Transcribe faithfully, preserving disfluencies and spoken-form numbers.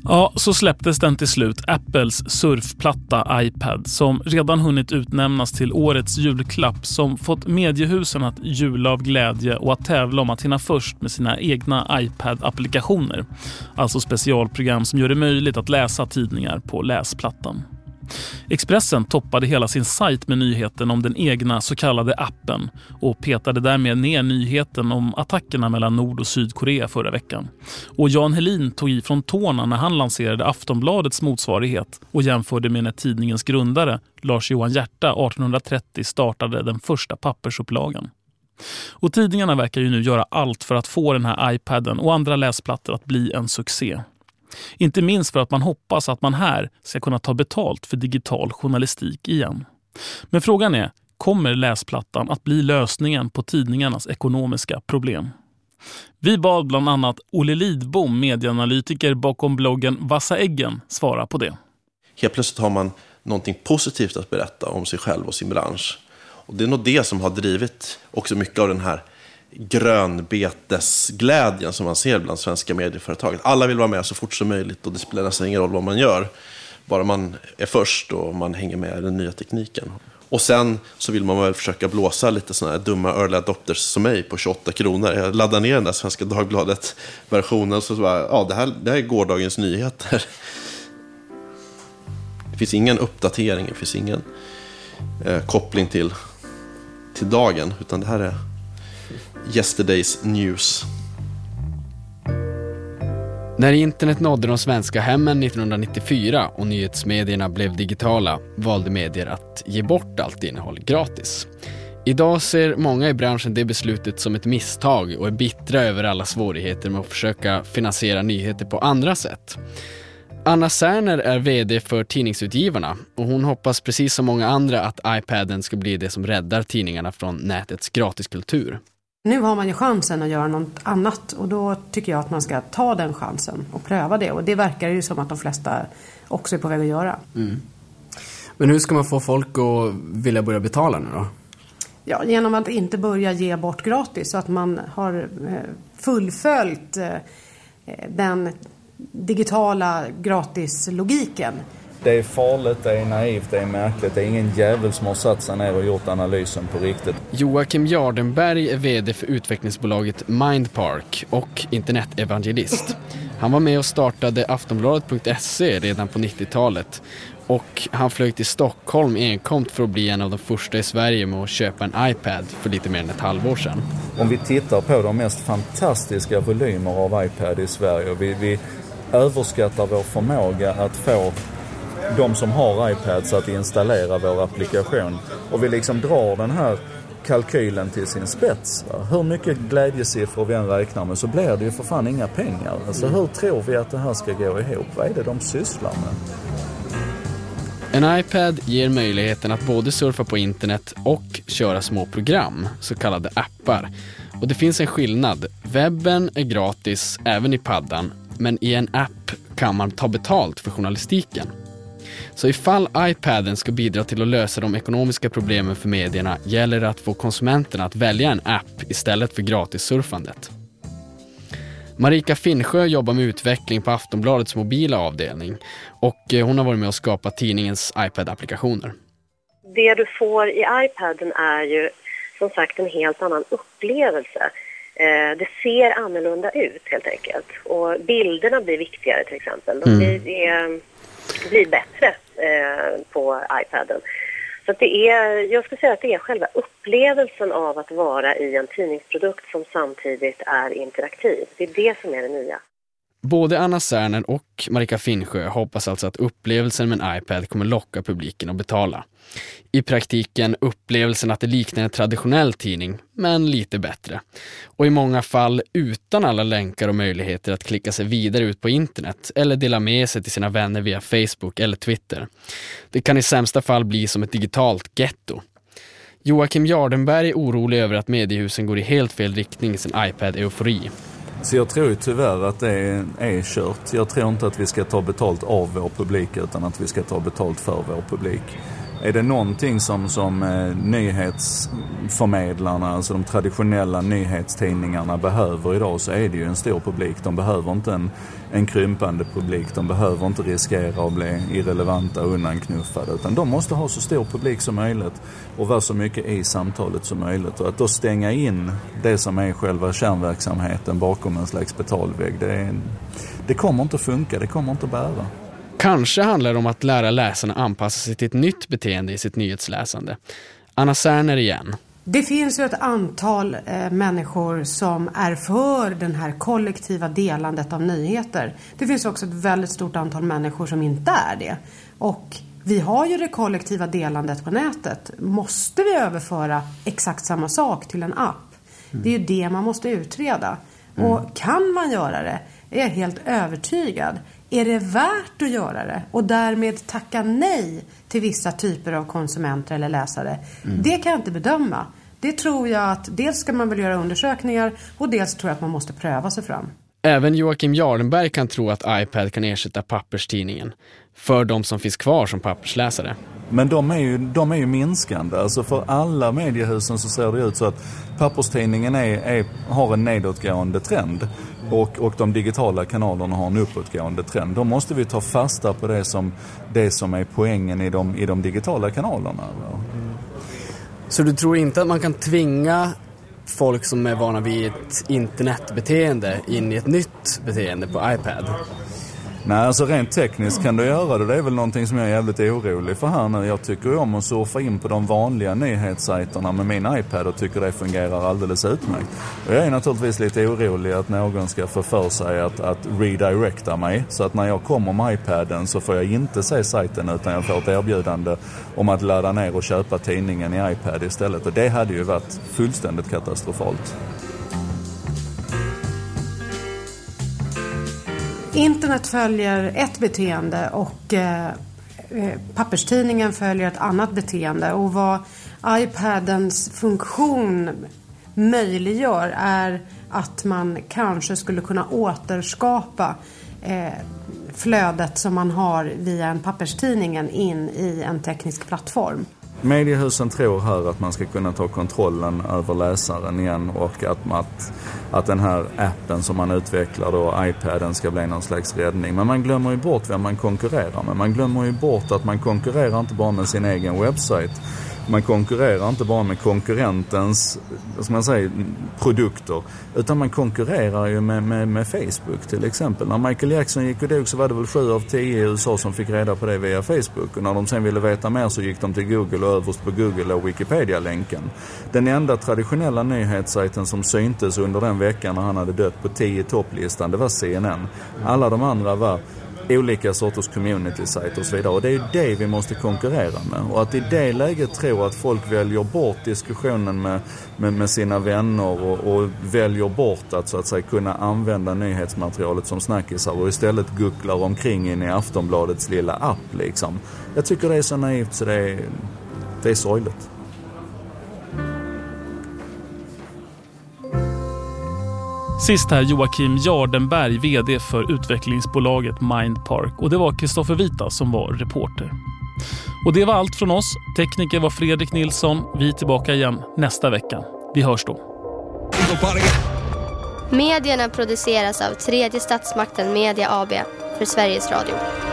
Ja, så släpptes den till slut, Apples surfplatta iPad, som redan hunnit utnämnas till årets julklapp, som fått mediehusen att jula av glädje och att tävla om att hinna först med sina egna iPad-applikationer. Alltså specialprogram som gör det möjligt att läsa tidningar på läsplattan. Expressen toppade hela sin sajt med nyheten om den egna så kallade appen och petade därmed ner nyheten om attackerna mellan Nord- och Sydkorea förra veckan. Och Jan Helin tog i från tårna när han lanserade Aftonbladets motsvarighet och jämförde med när tidningens grundare, Lars Johan Hierta, arton trettio startade den första pappersupplagan. Och tidningarna verkar ju nu göra allt för att få den här iPaden och andra läsplattor att bli en succé. Inte minst för att man hoppas att man här ska kunna ta betalt för digital journalistik igen. Men frågan är, kommer läsplattan att bli lösningen på tidningarnas ekonomiska problem? Vi bad bland annat Olle Lidbom, medieanalytiker bakom bloggen Vassa Äggen, svara på det. Helt plötsligt har man någonting positivt att berätta om sig själv och sin bransch. Och det är nog det som har drivit också mycket av den här grönbetesglädjen som man ser bland svenska medieföretag. Alla vill vara med så fort som möjligt och det spelar nästan ingen roll vad man gör. Bara man är först och man hänger med i den nya tekniken. Och sen så vill man väl försöka blåsa lite såna här dumma early adopters som mig på tjugoåtta kronor. Jag laddar ner den där Svenska Dagbladet-versionen och så bara, ja det här, det här är gårdagens nyheter. Det finns ingen uppdatering, det finns ingen eh, koppling till, till dagen, utan det här är yesterday's news. När internet nådde de svenska hemmen nittonhundranittiofyra och nyhetsmedierna blev digitala valde medier att ge bort allt innehåll gratis. Idag ser många i branschen det beslutet som ett misstag och är bittra över alla svårigheter med att försöka finansiera nyheter på andra sätt. Anna Särner är vd för Tidningsutgivarna och hon hoppas precis som många andra att iPaden ska bli det som räddar tidningarna från nätets gratiskultur. Nu har man ju chansen att göra något annat och då tycker jag att man ska ta den chansen och pröva det. Och det verkar ju som att de flesta också är på väg att göra. Mm. Men hur ska man få folk att vilja börja betala nu då? Ja, genom att inte börja ge bort gratis så att man har fullföljt den digitala gratislogiken. Det är farligt, det är naivt, det är märkligt. Det är ingen jävel som har satt sig ner och gjort analysen på riktigt. Joakim Jardenberg är vd för utvecklingsbolaget Mindpark och internetevangelist. Han var med och startade aftonbladet punkt se redan på nittiotalet. Och han flög till Stockholm enkomt för att bli en av de första i Sverige med att köpa en iPad för lite mer än ett halvår sedan. Om vi tittar på de mest fantastiska volymer av iPad i Sverige och vi, vi överskattar vår förmåga att få de som har iPads att installera vår applikation. Och vi liksom drar den här kalkylen till sin spets. Va? Hur mycket glädjesiffror vi än räknar med så blir det ju för fan inga pengar. Alltså hur tror vi att det här ska gå ihop? Vad är det de sysslar med? En iPad ger möjligheten att både surfa på internet och köra små program, så kallade appar. Och det finns en skillnad. Webben är gratis även i paddan, men i en app kan man ta betalt för journalistiken. Så ifall iPaden ska bidra till att lösa de ekonomiska problemen för medierna gäller det att få konsumenterna att välja en app istället för gratissurfandet. Marika Finnsjö jobbar med utveckling på Aftonbladets mobila avdelning och hon har varit med och skapat tidningens iPad-applikationer. Det du får i iPaden är ju som sagt en helt annan upplevelse. Det ser annorlunda ut helt enkelt och bilderna blir viktigare till exempel. De blir, mm. blir bättre på iPaden. Så att det är, jag skulle säga att det är själva upplevelsen av att vara i en tidningsprodukt som samtidigt är interaktiv. Det är det som är det nya. Både Anna Särner och Marika Finnsjö hoppas alltså att upplevelsen med en iPad kommer locka publiken att betala. I praktiken upplevelsen att det liknar en traditionell tidning, men lite bättre. Och i många fall utan alla länkar och möjligheter att klicka sig vidare ut på internet eller dela med sig till sina vänner via Facebook eller Twitter. Det kan i sämsta fall bli som ett digitalt getto. Joakim Jardenberg är orolig över att mediehusen går i helt fel riktning i sin iPad-eufori. Så jag tror tyvärr att det är, är kört. Jag tror inte att vi ska ta betalt av vår publik utan att vi ska ta betalt för vår publik. är det någonting som, som eh, nyhetsförmedlarna, alltså de traditionella nyhetstidningarna behöver idag, så är det ju en stor publik. De behöver inte en, en krympande publik. De behöver inte riskera att bli irrelevanta och undanknuffade, utan de måste ha så stor publik som möjligt och vara så mycket i samtalet som möjligt. Och att då stänga in det som är själva kärnverksamheten bakom en slags betalvägg, det, är, det kommer inte att funka, det kommer inte att bära. Kanske handlar det om att lära läsarna anpassa sig till ett nytt beteende i sitt nyhetsläsande. Anna Särner igen. Det finns ju ett antal eh, människor som är för den här kollektiva delandet av nyheter. Det finns också ett väldigt stort antal människor som inte är det. Och vi har ju det kollektiva delandet på nätet. Måste vi överföra exakt samma sak till en app? Mm. Det är ju det man måste utreda. Mm. Och kan man göra det, är jag helt övertygad. Är det värt att göra det och därmed tacka nej till vissa typer av konsumenter eller läsare? Mm. Det kan jag inte bedöma. Det tror jag att dels ska man väl göra undersökningar och dels tror jag att man måste pröva sig fram. Även Joakim Jardenberg kan tro att iPad kan ersätta papperstidningen för de som finns kvar som pappersläsare. Men de är ju, de är ju minskande. Alltså för alla mediehusen så ser det ut så att papperstidningen är, är, har en nedåtgående trend. Och, och de digitala kanalerna har en uppåtgående trend. Då måste vi ta fasta på det som, det som är poängen i de, i de digitala kanalerna. Mm. Så du tror inte att man kan tvinga folk som är vana vid ett internetbeteende in i ett nytt beteende på iPad? Nej, alltså rent tekniskt kan du göra det. Det är väl någonting som jag är jävligt orolig för här nu. Jag tycker ju om att surfa in på de vanliga nyhetssajterna med min iPad och tycker det fungerar alldeles utmärkt. Och jag är naturligtvis lite orolig att någon ska få för sig att, att redirecta mig. Så att när jag kommer med iPaden så får jag inte se sajten utan jag får ett erbjudande om att ladda ner och köpa tidningen i iPad istället. Och det hade ju varit fullständigt katastrofalt. Internet följer ett beteende och eh, papperstidningen följer ett annat beteende. Och vad iPadens funktion möjliggör är att man kanske skulle kunna återskapa eh, flödet som man har via en papperstidningen in i en teknisk plattform. Mediehusen tror här att man ska kunna ta kontrollen över läsaren igen och att, att, att den här appen som man utvecklar då, iPaden, ska bli någon slags räddning. Men man glömmer ju bort vem man konkurrerar med. Man glömmer ju bort att man konkurrerar inte bara med sin egen webbsajt. Man konkurrerar inte bara med konkurrentens, vad ska man säga, produkter, utan man konkurrerar ju med, med, med Facebook till exempel. När Michael Jackson gick och dog så var det väl sju av tio i U S A som fick reda på det via Facebook. Och när de sen ville veta mer så gick de till Google och överst på Google och Wikipedia-länken. Den enda traditionella nyhetssajten som syntes under den veckan när han hade dött på tio topplistan, det var C N N. Alla de andra var olika sorters community-sajter och så vidare. Och det är ju det vi måste konkurrera med. Och att i det läget tro att folk väljer bort diskussionen med, med, med sina vänner och, och väljer bort att så att säga kunna använda nyhetsmaterialet som snackisar och istället gucklar omkring in i Aftonbladets lilla app liksom. Jag tycker det är så naivt så det är, det är sorgligt. Sist här Joakim Jardenberg, vd för utvecklingsbolaget Mindpark. Och det var Kristoffer Vita som var reporter. Och det var allt från oss. Tekniker var Fredrik Nilsson. Vi är tillbaka igen nästa vecka. Vi hörs då. Medierna produceras av Tredje Statsmakten Media A B för Sveriges Radio.